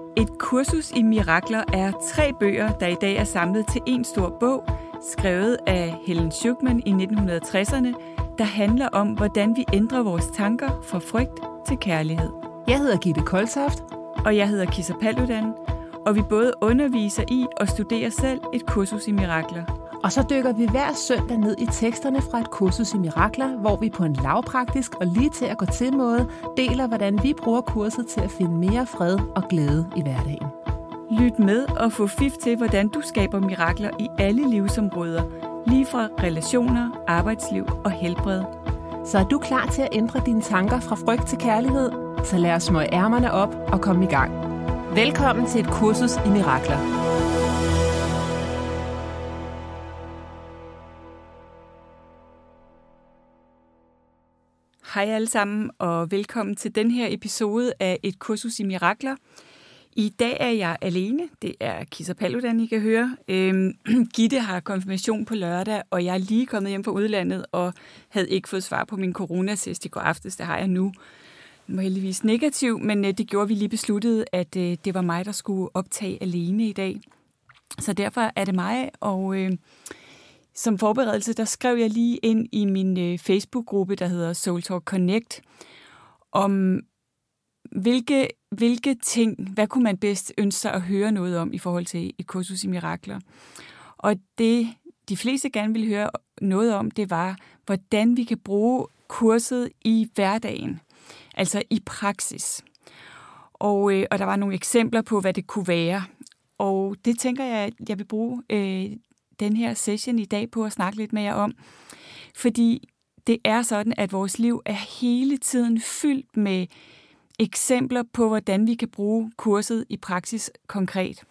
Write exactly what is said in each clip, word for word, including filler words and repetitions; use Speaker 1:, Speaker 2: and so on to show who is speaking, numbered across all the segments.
Speaker 1: Et kursus i mirakler er tre bøger, der i dag er samlet til en stor bog, skrevet af Helen Schucman i nitten tresserne, der handler om, hvordan vi ændrer vores tanker fra frygt til kærlighed.
Speaker 2: Jeg hedder Gitte Koltoft.
Speaker 1: Og jeg hedder Kisa Paludan, og vi både underviser i og studerer selv et kursus i mirakler.
Speaker 2: Og så dykker vi hver søndag ned i teksterne fra et kursus i mirakler, hvor vi på en lavpraktisk og lige til at gå til måde deler, hvordan vi bruger kurset til at finde mere fred og glæde i hverdagen.
Speaker 1: Lyt med og få fif til, hvordan du skaber mirakler i alle livsområder, lige fra relationer, arbejdsliv og helbred.
Speaker 2: Så er du klar til at ændre dine tanker fra frygt til kærlighed? Så lad os smøge ærmerne op og komme i gang. Velkommen til et kursus i mirakler.
Speaker 1: Hej alle sammen, og velkommen til den her episode af et kursus i mirakler. I dag er jeg alene. Det er Kisa Paludan, I kan høre. Øhm, Gitte har konfirmation på lørdag, og jeg er lige kommet hjem fra udlandet og havde ikke fået svar på min coronatest i går aftes. Det har jeg nu. Den var heldigvis negativ, men det gjorde, vi lige besluttede, at øh, det var mig, der skulle optage alene i dag. Så derfor er det mig, og øh, som forberedelse, der skrev jeg lige ind i min øh, Facebook-gruppe, der hedder Soul Talk Connect, om hvilke, hvilke ting, hvad kunne man bedst ønske sig at høre noget om i forhold til et kursus i mirakler. Og det, de fleste gerne ville høre noget om, det var, hvordan vi kan bruge kurset i hverdagen. Altså i praksis. Og, øh, og der var nogle eksempler på, hvad det kunne være. Og det tænker jeg, at jeg vil bruge øh, den her session i dag på at snakke lidt med jer om. Fordi det er sådan, at vores liv er hele tiden fyldt med eksempler på, hvordan vi kan bruge kurset i praksis konkret.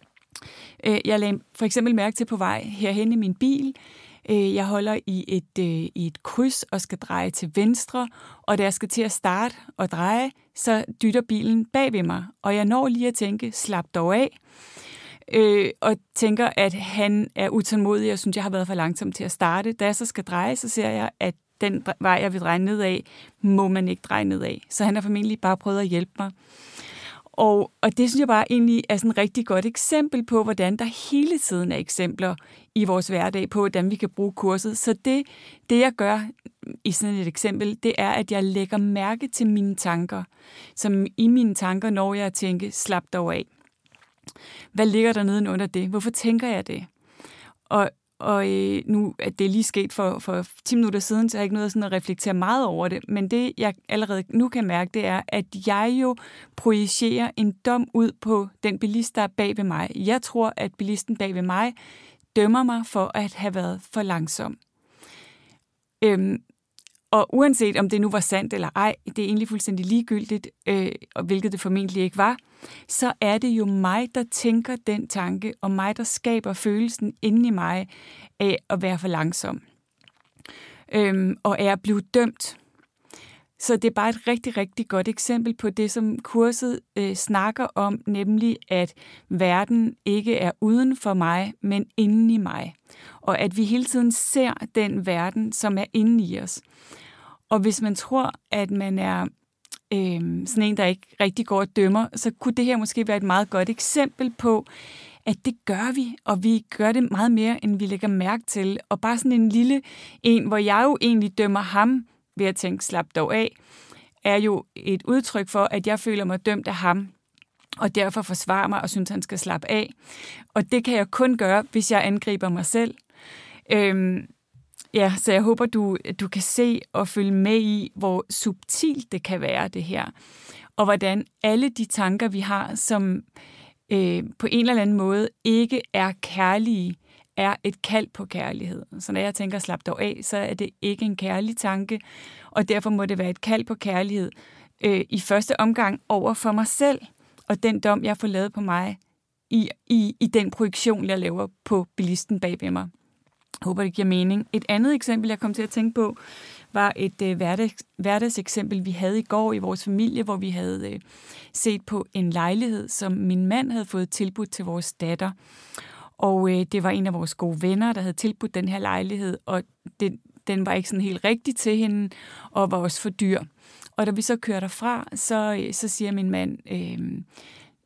Speaker 1: Øh, jeg lagde for eksempel mærke til på vej herhen i min bil. Jeg holder i et, øh, i et kryds og skal dreje til venstre, og da jeg skal til at starte og dreje, så dytter bilen bag ved mig. Og jeg når lige at tænke, slap dog af, øh, og tænker, at han er utålmodig, og synes, jeg har været for langsom til at starte. Da jeg så skal dreje, så ser jeg, at den vej, jeg vil dreje nedad, må man ikke dreje nedad. Så han har formentlig bare prøvet at hjælpe mig. Og, og det synes jeg bare egentlig er sådan et rigtig godt eksempel på, hvordan der hele tiden er eksempler i vores hverdag på, hvordan vi kan bruge kurset. Så det, det jeg gør i sådan et eksempel, det er, at jeg lægger mærke til mine tanker. Som i mine tanker, når jeg tænker, slap dog af. Hvad ligger der nedenunder det? Hvorfor tænker jeg det? Og Og øh, nu er det lige sket for, for ti minutter siden, så jeg har ikke noget sådan at reflektere meget over det. Men det, jeg allerede nu kan mærke, det er, at jeg jo projicerer en dom ud på den bilist, der er bag ved mig. Jeg tror, at bilisten bag ved mig dømmer mig for at have været for langsom. Øhm, og uanset om det nu var sandt eller ej, det er egentlig fuldstændig ligegyldigt, øh, og hvilket det formentlig ikke var, så er det jo mig, der tænker den tanke, og mig, der skaber følelsen inde i mig af at være for langsom. Øhm, og er at blive dømt. Så det er bare et rigtig, rigtig godt eksempel på det, som kurset øh, snakker om, nemlig at verden ikke er uden for mig, men inde i mig. Og at vi hele tiden ser den verden, som er inde i os. Og hvis man tror, at man er øh, sådan en, der ikke rigtig går og dømmer, så kunne det her måske være et meget godt eksempel på, at det gør vi, og vi gør det meget mere, end vi lægger mærke til. Og bare sådan en lille en, hvor jeg jo egentlig dømmer ham ved at tænke, slap dog af, er jo et udtryk for, at jeg føler mig dømt af ham, og derfor forsvarer mig og synes, han skal slappe af. Og det kan jeg kun gøre, hvis jeg angriber mig selv. Øhm, ja, så jeg håber, du, du kan se og følge med i, hvor subtilt det kan være, det her. Og hvordan alle de tanker, vi har, som øh, på en eller anden måde ikke er kærlige, er et kald på kærlighed. Så når jeg tænker, slap dog af, så er det ikke en kærlig tanke, og derfor må det være et kald på kærlighed øh, i første omgang over for mig selv, og den dom, jeg får lavet på mig, i, i, i den projektion, jeg laver på bilisten bag ved mig. Jeg håber, det giver mening. Et andet eksempel, jeg kom til at tænke på, var et øh, hverdags, hverdagseksempel, vi havde i går i vores familie, hvor vi havde øh, set på en lejlighed, som min mand havde fået tilbudt til vores datter. Og øh, det var en af vores gode venner, der havde tilbudt den her lejlighed, og det, den var ikke sådan helt rigtig til hende, og var også for dyr. Og da vi så kører derfra, så, så siger min mand, øh,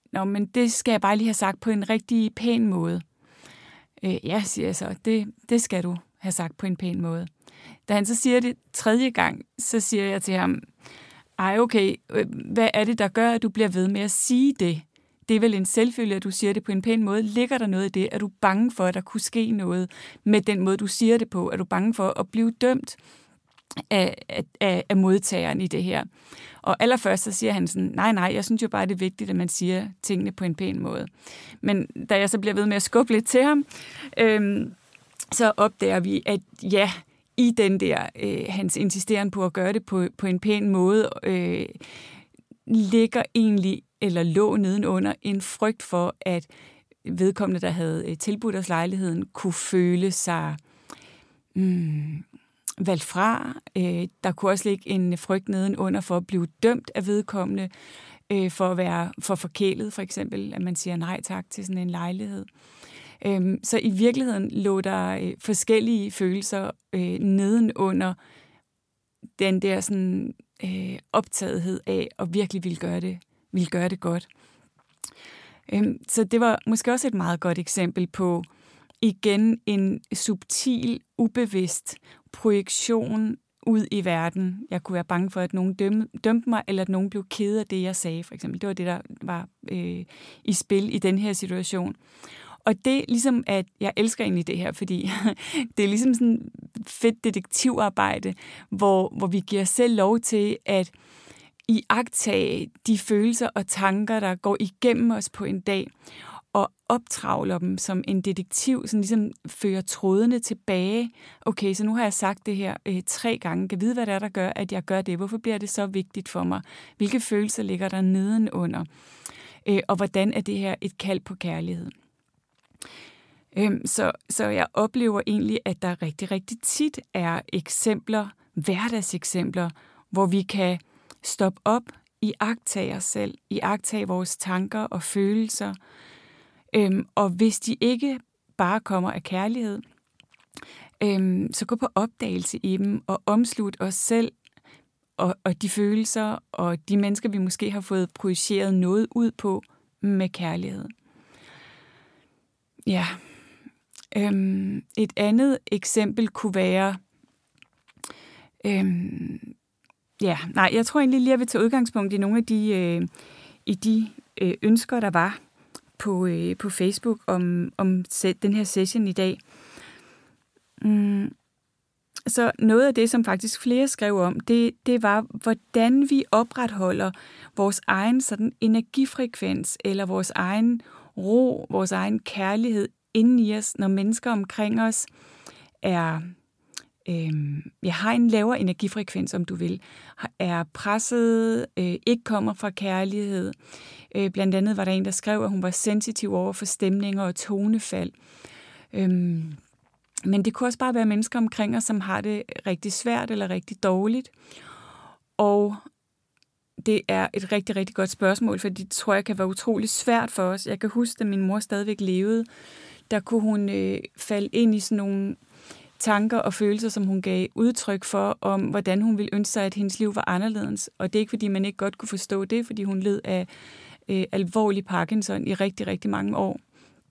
Speaker 1: nå, men det skal jeg bare lige have sagt på en rigtig pæn måde. Øh, ja, siger jeg så, det, det skal du have sagt på en pæn måde. Da han så siger det tredje gang, så siger jeg til ham, ej okay, hvad er det, der gør, at du bliver ved med at sige det? Det er vel en selvfølge, at du siger det på en pæn måde. Ligger der noget i det? Er du bange for, at der kunne ske noget med den måde, du siger det på? Er du bange for at blive dømt af, af, af modtageren i det her? Og allerførst så siger han sådan, nej, nej, jeg synes jo bare, det er vigtigt, at man siger tingene på en pæn måde. Men da jeg så bliver ved med at skubbe lidt til ham, øhm, så opdager vi, at ja, i den der, øh, hans insisteren på at gøre det på, på en pæn måde, øh, ligger egentlig, eller lå nedenunder, en frygt for, at vedkommende, der havde tilbudt os lejligheden, kunne føle sig mm, valgt fra. Øh, der kunne også ligge en frygt nedenunder for at blive dømt af vedkommende, øh, for at være for forkælet, for eksempel, at man siger nej tak til sådan en lejlighed. Øh, så i virkeligheden lå der øh, forskellige følelser øh, nedenunder den der sådan, øh, optagethed af at virkelig ville gøre det, ville gøre det godt. Øh, så det var måske også et meget godt eksempel på igen en subtil, ubevidst projektion ud i verden. Jeg kunne være bange for, at nogen døm, dømte mig, eller at nogen blev ked af det, jeg sagde, for eksempel. Det var det, der var øh, i spil i den her situation. Og det ligesom, at jeg elsker egentlig det her, fordi det er ligesom sådan fedt detektivarbejde, hvor, hvor vi giver os selv lov til at iagttage de følelser og tanker, der går igennem os på en dag, og optravler dem som en detektiv, som ligesom fører trådene tilbage. Okay, så nu har jeg sagt det her øh, tre gange. Jeg kan vide, hvad det er, der gør, at jeg gør det. Hvorfor bliver det så vigtigt for mig? Hvilke følelser ligger der nedenunder? Øh, og hvordan er det her et kald på kærlighed? Øh, så, så jeg oplever egentlig, at der rigtig, rigtig tit er eksempler, hverdagseksempler, hvor vi kan stoppe op, iagttage os selv, iagttage vores tanker og følelser. Øhm, og hvis de ikke bare kommer af kærlighed, øhm, så gå på opdagelse i dem og omslut os selv og, og de følelser og de mennesker, vi måske har fået projiceret noget ud på med kærlighed. Ja. Øhm, et andet eksempel kunne være... Øhm, ja, nej, jeg tror egentlig lige, at jeg vil tage udgangspunkt i nogle af de, øh, i de øh, ønsker, der var på, øh, på Facebook om, om den her session i dag. Mm. Så noget af det, som faktisk flere skrev om, det, det var, hvordan vi opretholder vores egen sådan energifrekvens, eller vores egen ro, vores egen kærlighed inden i os, når mennesker omkring os er... jeg har en lavere energifrekvens, om du vil, er presset, øh, ikke kommer fra kærlighed. Øh, blandt andet var der en, der skrev, at hun var sensitiv over for stemninger og tonefald. Øhm, men det kunne også bare være mennesker omkring os, som har det rigtig svært eller rigtig dårligt. Og det er et rigtig, rigtig godt spørgsmål, for det tror jeg kan være utrolig svært for os. Jeg kan huske, at min mor stadigvæk levede, der kunne hun øh, falde ind i sådan nogle tanker og følelser, som hun gav udtryk for, om hvordan hun ville ønske sig, at hendes liv var anderledes. Og det er ikke, fordi man ikke godt kunne forstå det, fordi hun led af øh, alvorlig Parkinson i rigtig, rigtig mange år.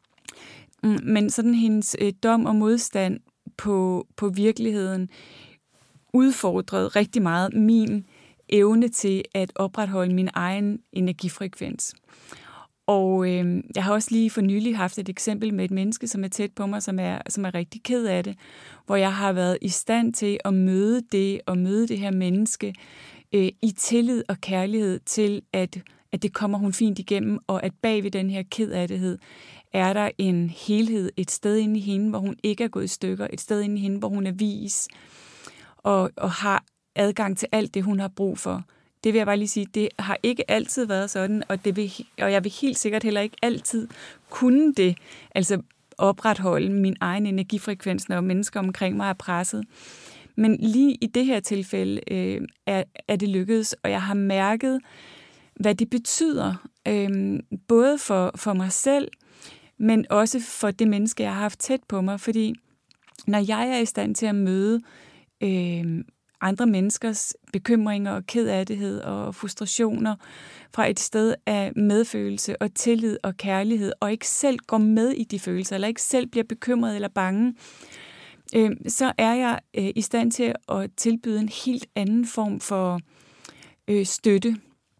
Speaker 1: Men sådan hendes øh, dom og modstand på, på virkeligheden udfordrede rigtig meget min evne til at opretholde min egen energifrekvens. Og øh, jeg har også lige for nylig haft et eksempel med et menneske, som er tæt på mig, som er, som er rigtig ked af det, hvor jeg har været i stand til at møde det, og møde det her menneske øh, i tillid og kærlighed til, at, at det kommer hun fint igennem, og at bag ved den her kedattighed er der en helhed, et sted inde i hende, hvor hun ikke er gået i stykker, et sted inde i hende, hvor hun er vis, og, og har adgang til alt det, hun har brug for. Det vil jeg bare lige sige, det har ikke altid været sådan, og, det vil, og jeg vil helt sikkert heller ikke altid kunne det, altså opretholde min egen energifrekvens, når mennesker omkring mig er presset. Men lige i det her tilfælde øh, er, er det lykkedes, og jeg har mærket, hvad det betyder, øh, både for, for mig selv, men også for det menneske, jeg har haft tæt på mig, fordi når jeg er i stand til at møde øh, andre menneskers bekymringer og kedattighed og frustrationer fra et sted af medfølelse og tillid og kærlighed, og ikke selv går med i de følelser, eller ikke selv bliver bekymret eller bange, øh, så er jeg øh, i stand til at tilbyde en helt anden form for øh, støtte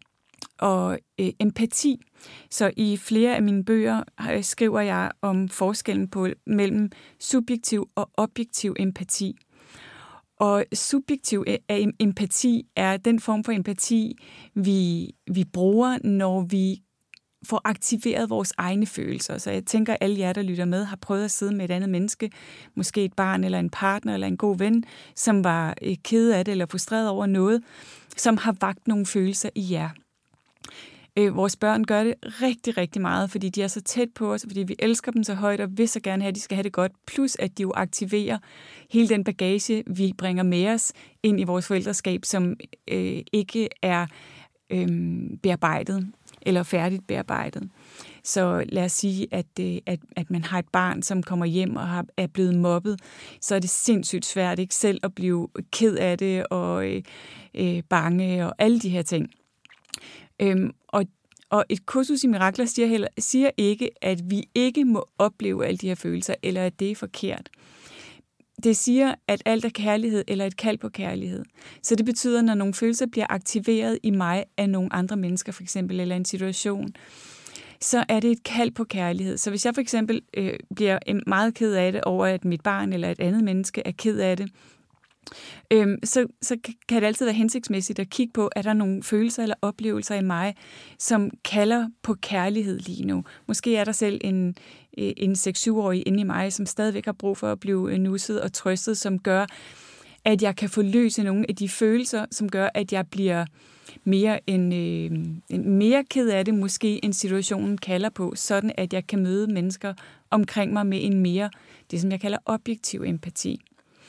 Speaker 1: og øh, empati. Så i flere af mine bøger øh, skriver jeg om forskellen på mellem subjektiv og objektiv empati. Og subjektiv empati er den form for empati, vi, vi bruger, når vi får aktiveret vores egne følelser. Så jeg tænker, at alle jer, der lytter med, har prøvet at sidde med et andet menneske, måske et barn eller en partner eller en god ven, som var ked af det eller frustreret over noget, som har vakt nogle følelser i jer. Øh, vores børn gør det rigtig, rigtig meget, fordi de er så tæt på os, fordi vi elsker dem så højt, og vil så gerne have, at de skal have det godt. Plus, at de jo aktiverer hele den bagage, vi bringer med os ind i vores forældreskab, som øh, ikke er øh, bearbejdet eller færdigt bearbejdet. Så lad os sige, at, øh, at, at man har et barn, som kommer hjem og har, er blevet mobbet, så er det sindssygt svært ikke selv at blive ked af det og øh, øh, bange og alle de her ting. Øhm, og, og et kursus i mirakler siger, heller, siger ikke, at vi ikke må opleve alle de her følelser, eller at det er forkert. Det siger, at alt er kærlighed, eller et kald på kærlighed. Så det betyder, når nogle følelser bliver aktiveret i mig af nogle andre mennesker, for eksempel, eller en situation, så er det et kald på kærlighed. Så hvis jeg for eksempel øh, bliver meget ked af det over, at mit barn eller et andet menneske er ked af det, Øhm, så, så kan det altid være hensigtsmæssigt at kigge på, er der nogle følelser eller oplevelser i mig, som kalder på kærlighed lige nu. Måske er der selv en, en seks syv årig inde i mig, som stadigvæk har brug for at blive nusset og trøstet, som gør, at jeg kan forløse nogle af de følelser, som gør, at jeg bliver mere, en, øh, mere ked af det, måske en situationen kalder på, sådan at jeg kan møde mennesker omkring mig med en mere, det som jeg kalder objektiv empati.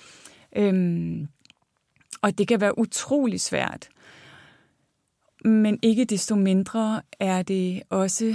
Speaker 1: Øhm, og det kan være utrolig svært, men ikke desto mindre er det også,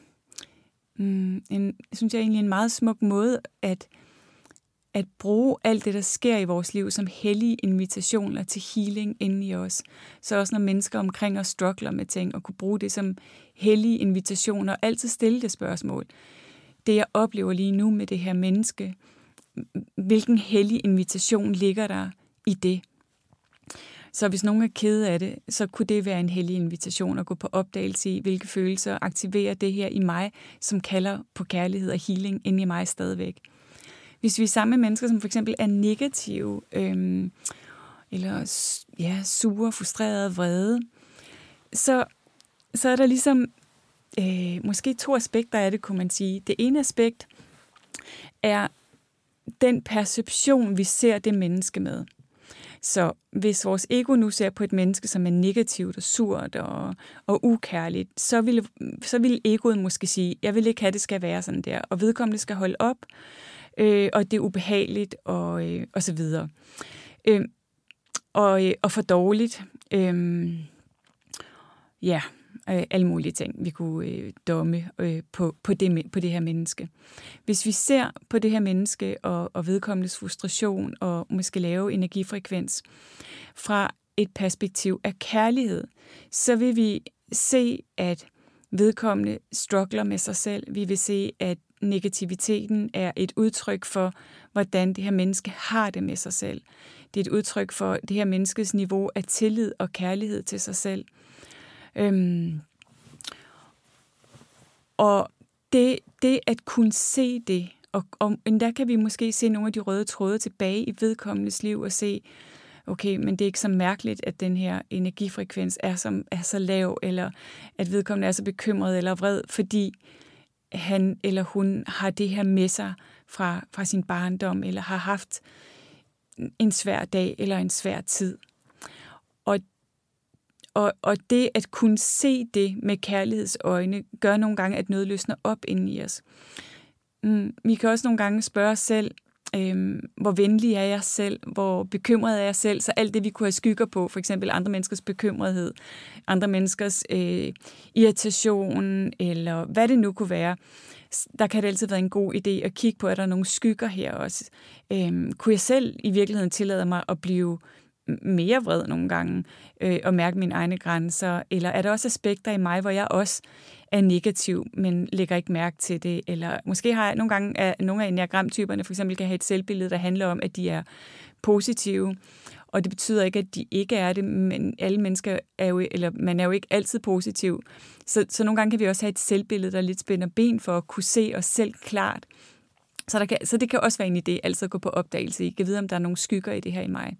Speaker 1: mm, en, synes jeg egentlig, en meget smuk måde at, at bruge alt det, der sker i vores liv, som hellige invitationer til healing inde i os. Så også når mennesker omkring os struggler med ting, og kunne bruge det som hellige invitationer, og altid stille det spørgsmål. Det, jeg oplever lige nu med det her menneske, hvilken hellig invitation ligger der i det? Så hvis nogen er kede af det, så kunne det være en hellig invitation at gå på opdagelse i, hvilke følelser aktiverer det her i mig, som kalder på kærlighed og healing inde i mig stadigvæk. Hvis vi er sammen med mennesker, som for eksempel er negative, øhm, eller ja, sure, frustrerede, vrede, så, så er der ligesom øh, måske to aspekter af det, kunne man sige. Det ene aspekt er den perception, vi ser det menneske med. Så hvis vores ego nu ser på et menneske, som er negativt og surt og, og ukærligt, så vil, så vil egoet måske sige, jeg vil ikke have, det skal være sådan der, og vedkommende skal holde op, øh, og det er ubehageligt, og, øh, og så videre. Øh, og, øh, og for dårligt. Øh, ja, øh, alle mulige ting, vi kunne øh, domme øh, på, på, det, på det her menneske. Hvis vi ser på det her menneske og, og vedkommendes frustration og måske lave energifrekvens fra et perspektiv af kærlighed, så vil vi se, at vedkommende struggler med sig selv. Vi vil se, at negativiteten er et udtryk for, hvordan det her menneske har det med sig selv. Det er et udtryk for det her menneskes niveau af tillid og kærlighed til sig selv. Øhm, og det, det at kunne se det, og, og der kan vi måske se nogle af de røde tråde tilbage i vedkommendes liv og se, okay, men det er ikke så mærkeligt, at den her energifrekvens er, som, er så lav, eller at vedkommende er så bekymret eller vred, fordi han eller hun har det her med sig fra, fra sin barndom, eller har haft en svær dag eller en svær tid. Og Og, og det at kunne se det med kærlighedsøjne, gør nogle gange, at noget løsner op inde i os. Mm, vi kan også nogle gange spørge os selv, øhm, hvor venlig er jeg selv, hvor bekymret er jeg selv, så alt det, vi kunne have skygger på, for eksempel andre menneskers bekymrethed, andre menneskers øh, irritation, eller hvad det nu kunne være, der kan det altid være en god idé at kigge på, at der er nogle skygger her også. Øhm, kunne jeg selv i virkeligheden tillade mig at blive mere vred nogle gange, øh, og mærke mine egne grænser? Eller er der også aspekter i mig, hvor jeg også er negativ, men lægger ikke mærke til det? Eller måske har jeg nogle gange, at nogle af enneagramtyperne for eksempel kan have et selvbillede, der handler om, at de er positive, og det betyder ikke, at de ikke er det, men alle mennesker er jo, eller man er jo ikke altid positiv. Så, så nogle gange kan vi også have et selvbillede, der lidt spænder ben for at kunne se os selv klart. Så, der kan, så det kan også være en idé, altså at gå på opdagelse. Jeg kan vide, om der er nogle skygger i det her i mig.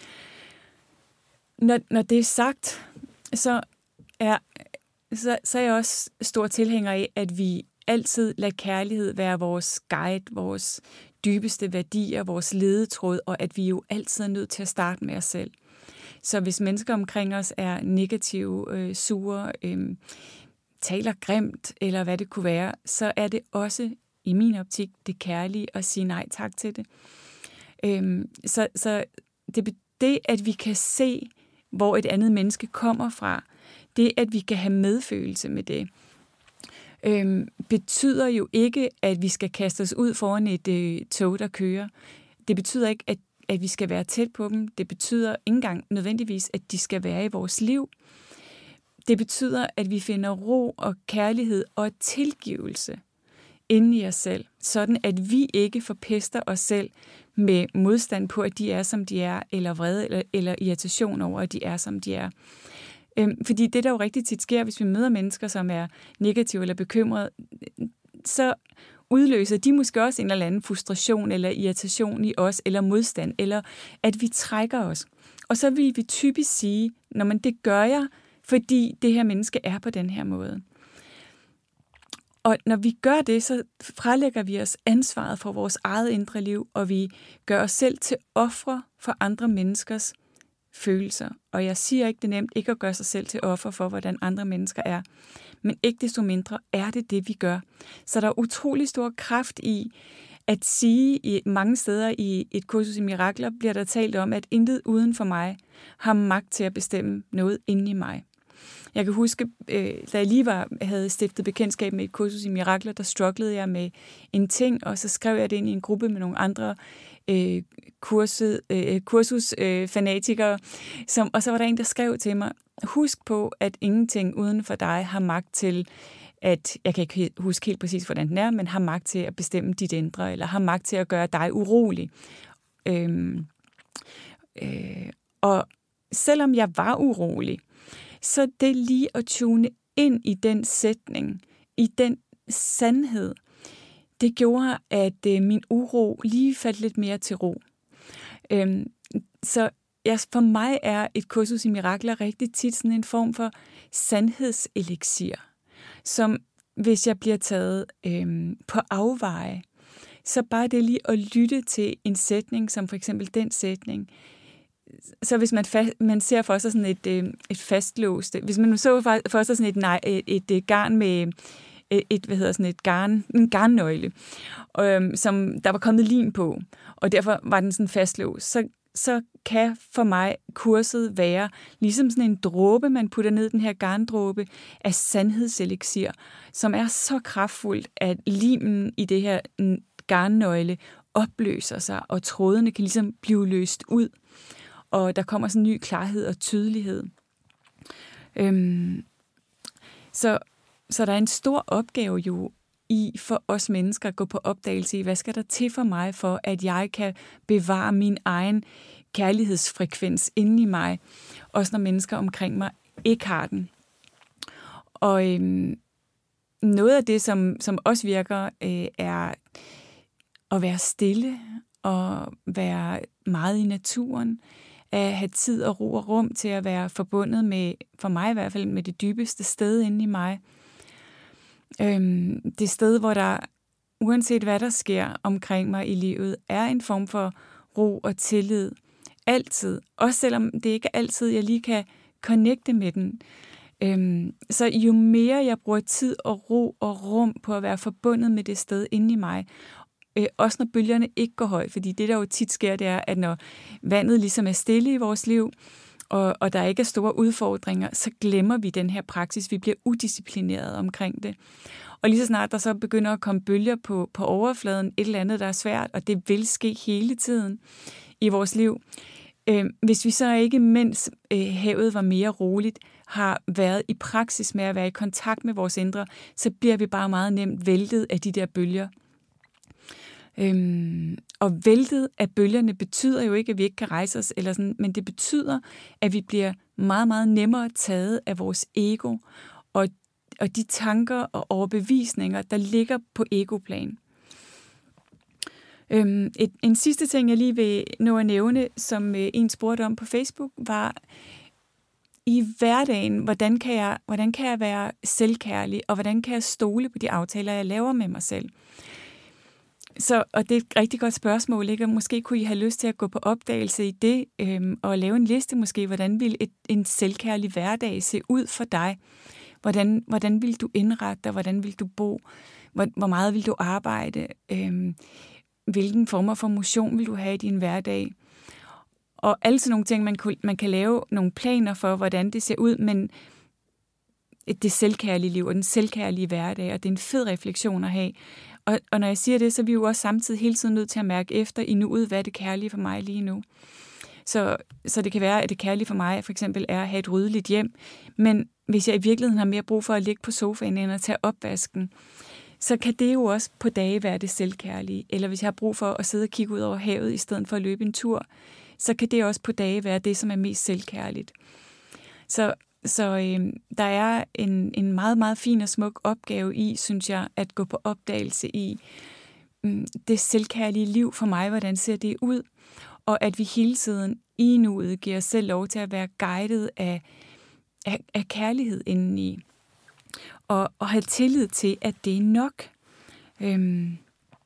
Speaker 1: Når, når det er sagt, så er, så, så er jeg også stor tilhænger af, at vi altid lader kærlighed være vores guide, vores dybeste værdier, vores ledetråd, og at vi jo altid er nødt til at starte med os selv. Så hvis mennesker omkring os er negative, øh, sure, øh, taler grimt, eller hvad det kunne være, så er det også i min optik det kærlige at sige nej tak til det. Øh, så så det, det, at vi kan se, hvor et andet menneske kommer fra, det, at vi kan have medfølelse med det, Øhm, betyder jo ikke, at vi skal kaste os ud foran et øh, tog, der kører. Det betyder ikke, at, at vi skal være tæt på dem. Det betyder ikke engang nødvendigvis, at de skal være i vores liv. Det betyder, at vi finder ro og kærlighed og tilgivelse inde i os selv, sådan at vi ikke forpester os selv med modstand på, at de er, som de er, eller vrede eller, eller irritation over, at de er, som de er. Fordi det, der jo rigtig tit sker, hvis vi møder mennesker, som er negative eller bekymrede, så udløser de måske også en eller anden frustration eller irritation i os, eller modstand, eller at vi trækker os. Og så vil vi typisk sige, når man det gør jeg, fordi det her menneske er på den her måde. Og når vi gør det, så frelægger vi os ansvaret for vores eget indre liv, og vi gør os selv til ofre for andre menneskers følelser. Og jeg siger ikke, det er nemt ikke at gøre sig selv til offer for, hvordan andre mennesker er. Men ikke desto mindre er det det, vi gør. Så der er utrolig stor kraft i at sige, i mange steder i et kursus i mirakler, bliver der talt om, at intet uden for mig har magt til at bestemme noget inde i mig. Jeg kan huske, øh, da jeg lige var, havde stiftet bekendtskab med et kursus i mirakler, der strugglede jeg med en ting, og så skrev jeg det ind i en gruppe med nogle andre øh, kurset, øh, kursusfanatikere, øh, som, og så var der en, der skrev til mig, husk på, at ingenting uden for dig har magt til, at, jeg kan ikke huske helt præcis, hvordan den er, men har magt til at bestemme dit indre, eller har magt til at gøre dig urolig. Øh, øh, og selvom jeg var urolig, så det lige at tune ind i den sætning, i den sandhed, det gjorde, at øh, min uro lige faldt lidt mere til ro. Øhm, så ja, for mig er et kursus i mirakler rigtig tit sådan en form for sandhedseliksir, som hvis jeg bliver taget øhm, på afveje, så bare det lige at lytte til en sætning, som for eksempel den sætning. Så hvis man, fa- man ser for sig sådan et, øh, et fastlåst, hvis man nu så for, for sig sådan et, nej, et, et, et garn med et, et hvad hedder sådan et garn, en garnnøgle, øh, som der var kommet lim på, og derfor var den sådan fastlåst, så, så kan for mig kurset være ligesom sådan en dråbe, man putter ned den her garndråbe af sandhedseliksir, som er så kraftfuldt, at limen i det her garnnøgle opløser sig, og trådene kan ligesom blive løst ud. Og der kommer sådan en ny klarhed og tydelighed. Øhm, så, så der er en stor opgave jo i for os mennesker at gå på opdagelse i, hvad skal der til for mig, for at jeg kan bevare min egen kærlighedsfrekvens inde i mig, også når mennesker omkring mig ikke har den. Og øhm, noget af det, som, som også virker, øh, er at være stille og være meget i naturen, at have tid og ro og rum til at være forbundet med, for mig i hvert fald, med det dybeste sted inde i mig. Øhm, det sted, hvor der, uanset hvad der sker omkring mig i livet, er en form for ro og tillid. Altid. Også selvom det ikke er altid, jeg lige kan connecte med den. Øhm, så jo mere jeg bruger tid og ro og rum på at være forbundet med det sted inde i mig, Øh, også når bølgerne ikke går højt, fordi det, der jo tit sker, det er, at når vandet ligesom er stille i vores liv, og, og der ikke er store udfordringer, så glemmer vi den her praksis. Vi bliver udisciplineret omkring det. Og lige så snart der så begynder at komme bølger på, på overfladen, et eller andet, der er svært, og det vil ske hele tiden i vores liv, Øh, hvis vi så ikke, mens øh, havet var mere roligt, har været i praksis med at være i kontakt med vores indre, så bliver vi bare meget nemt væltet af de der bølger. Øhm, og væltet af bølgerne betyder jo ikke, at vi ikke kan rejse os, eller sådan, men det betyder, at vi bliver meget, meget nemmere taget af vores ego, og, og de tanker og overbevisninger, der ligger på egoplan. Øhm, et, en sidste ting, jeg lige vil nå at nævne, som øh, en spurgte om på Facebook, var i hverdagen, hvordan kan jeg, hvordan kan jeg være selvkærlig, og hvordan kan jeg stole på de aftaler, jeg laver med mig selv. Så, og det er et rigtig godt spørgsmål, ikke? Og måske kunne I have lyst til at gå på opdagelse i det, øhm, og lave en liste måske, hvordan vil et, en selvkærlig hverdag se ud for dig? Hvordan, hvordan vil du indrette dig? Hvordan vil du bo? Hvor, hvor meget vil du arbejde? Øhm, hvilken former for motion vil du have i din hverdag? Og alle sådan nogle ting, man, kunne, man kan lave nogle planer for, hvordan det ser ud, men det selvkærlige liv og den selvkærlige hverdag, og det er en fed refleksion at have. Og, og når jeg siger det, så er vi jo også samtidig hele tiden nødt til at mærke efter i nuet, hvad er det kærlige for mig lige nu. Så, så det kan være, at det kærlige for mig for eksempel er at have et ryddeligt hjem, men hvis jeg i virkeligheden har mere brug for at ligge på sofaen end at tage opvasken, så kan det jo også på dage være det selvkærlige. Eller hvis jeg har brug for at sidde og kigge ud over havet i stedet for at løbe en tur, så kan det også på dage være det, som er mest selvkærligt. Så, så øh, der er en, en meget, meget fin og smuk opgave i, synes jeg, at gå på opdagelse i øh, det selvkærlige liv for mig, hvordan ser det ud, og at vi hele tiden i nuet giver os selv lov til at være guidet af, af, af kærlighed indeni. Og, og have tillid til, at det er nok. Øhm,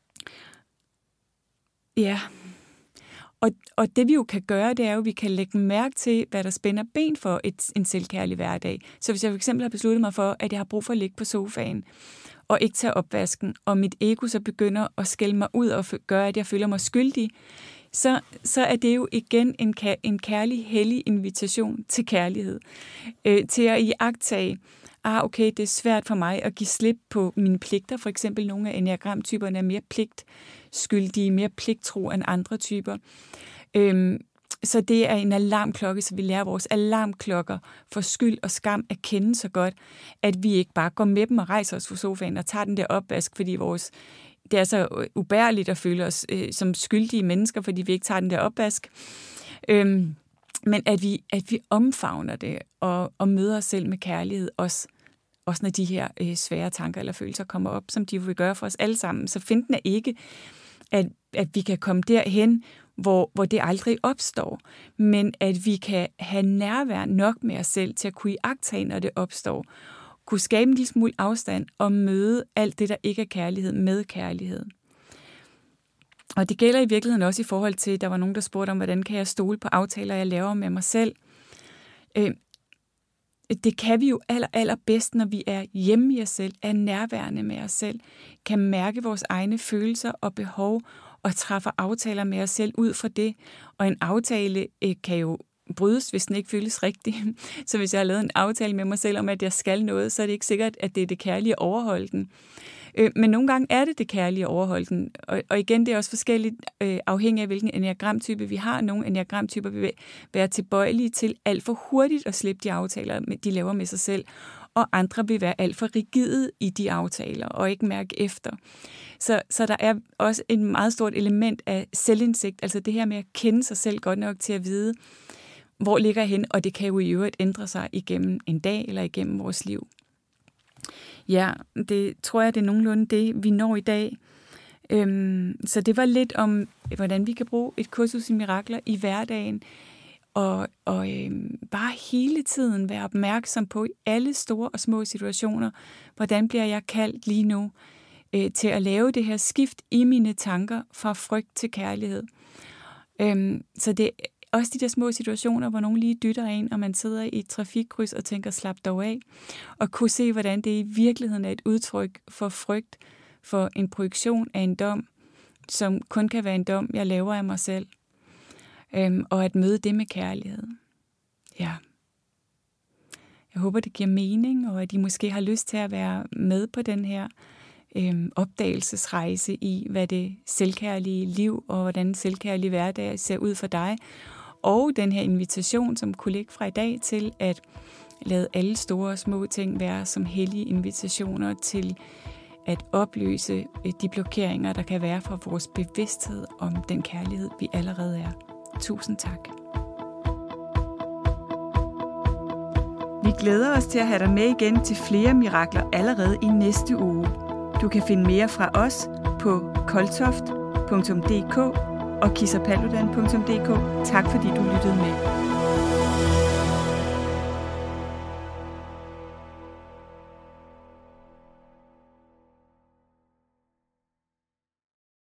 Speaker 1: ja. Og, og det vi jo kan gøre, det er jo, at vi kan lægge mærke til, hvad der spænder ben for et, en selvkærlig hverdag. Så hvis jeg for eksempel har besluttet mig for, at jeg har brug for at ligge på sofaen, og ikke tage opvasken, og mit ego så begynder at skælde mig ud og gøre, at jeg føler mig skyldig, så, så er det jo igen en, en kærlig, hellig invitation til kærlighed. Øh, til at iagttage, ah, okay, det er svært for mig at give slip på mine pligter. For eksempel nogle af enneagramtyperne er mere pligtskyldige, mere pligttro end andre typer. Øhm, så det er en alarmklokke, så vi lærer vores alarmklokker for skyld og skam at kende så godt, at vi ikke bare går med dem og rejser os fra sofaen og tager den der opvask, fordi vores, det er så ubærligt at føle os øh, som skyldige mennesker, fordi vi ikke tager den der opvask. Øhm, Men at vi, at vi omfavner det og, og møder os selv med kærlighed, også, også når de her øh, svære tanker eller følelser kommer op, som de vil gøre for os alle sammen. Så finten er ikke, at, at vi kan komme derhen, hvor, hvor det aldrig opstår, men at vi kan have nærvær nok med os selv til at kunne iagttage, når det opstår. Kunne skabe en lille smule afstand og møde alt det, der ikke er kærlighed, med kærlighed. Og det gælder i virkeligheden også i forhold til, der var nogen, der spurgte om, hvordan kan jeg stole på aftaler, jeg laver med mig selv. Øh, det kan vi jo aller, allerbedst, når vi er hjemme i os selv, er nærværende med os selv, kan mærke vores egne følelser og behov, og træffe aftaler med os selv ud fra det. Og en aftale øh, kan jo brydes, hvis den ikke føles rigtig. Så hvis jeg har lavet en aftale med mig selv om, at jeg skal noget, så er det ikke sikkert, at det er det kærlige at overholde den. Men nogle gange er det det kærlige at overholde den. Og igen, det er også forskelligt øh, afhængig af, hvilken enneagramtype vi har. Nogle enneagramtyper vil være tilbøjelige til alt for hurtigt at slippe de aftaler, de laver med sig selv. Og andre vil være alt for rigide i de aftaler og ikke mærke efter. Så, så der er også et meget stort element af selvindsigt, altså det her med at kende sig selv godt nok til at vide, hvor ligger jeg hen, og det kan jo i øvrigt ændre sig igennem en dag eller igennem vores liv. Ja, det tror jeg, det er nogenlunde det, vi når i dag. Øhm, så det var lidt om, hvordan vi kan bruge et kursus i mirakler i hverdagen, og, og øhm, bare hele tiden være opmærksom på i alle store og små situationer, hvordan bliver jeg kaldt lige nu øh, til at lave det her skift i mine tanker fra frygt til kærlighed. Øhm, så det også de der små situationer, hvor nogen lige dytter en, og man sidder i et trafikkryds og tænker, slap dog af, og kunne se, hvordan det i virkeligheden er et udtryk for frygt, for en projektion af en dom, som kun kan være en dom, jeg laver af mig selv, øhm, og at møde det med kærlighed. Ja. Jeg håber, det giver mening, og at I måske har lyst til at være med på den her øhm, opdagelsesrejse i, hvad det selvkærlige liv og hvordan selvkærlige hverdag ser ud for dig. Og den her invitation, som kunne ligge fra i dag til at lade alle store og små ting være som hellige invitationer til at opløse de blokeringer, der kan være for vores bevidsthed om den kærlighed, vi allerede er. Tusind tak. Vi glæder os til at have dig med igen til flere mirakler allerede i næste uge. Du kan finde mere fra os på koltoft punktum d k og kissapaludan punktum d k. Tak fordi du lyttede med.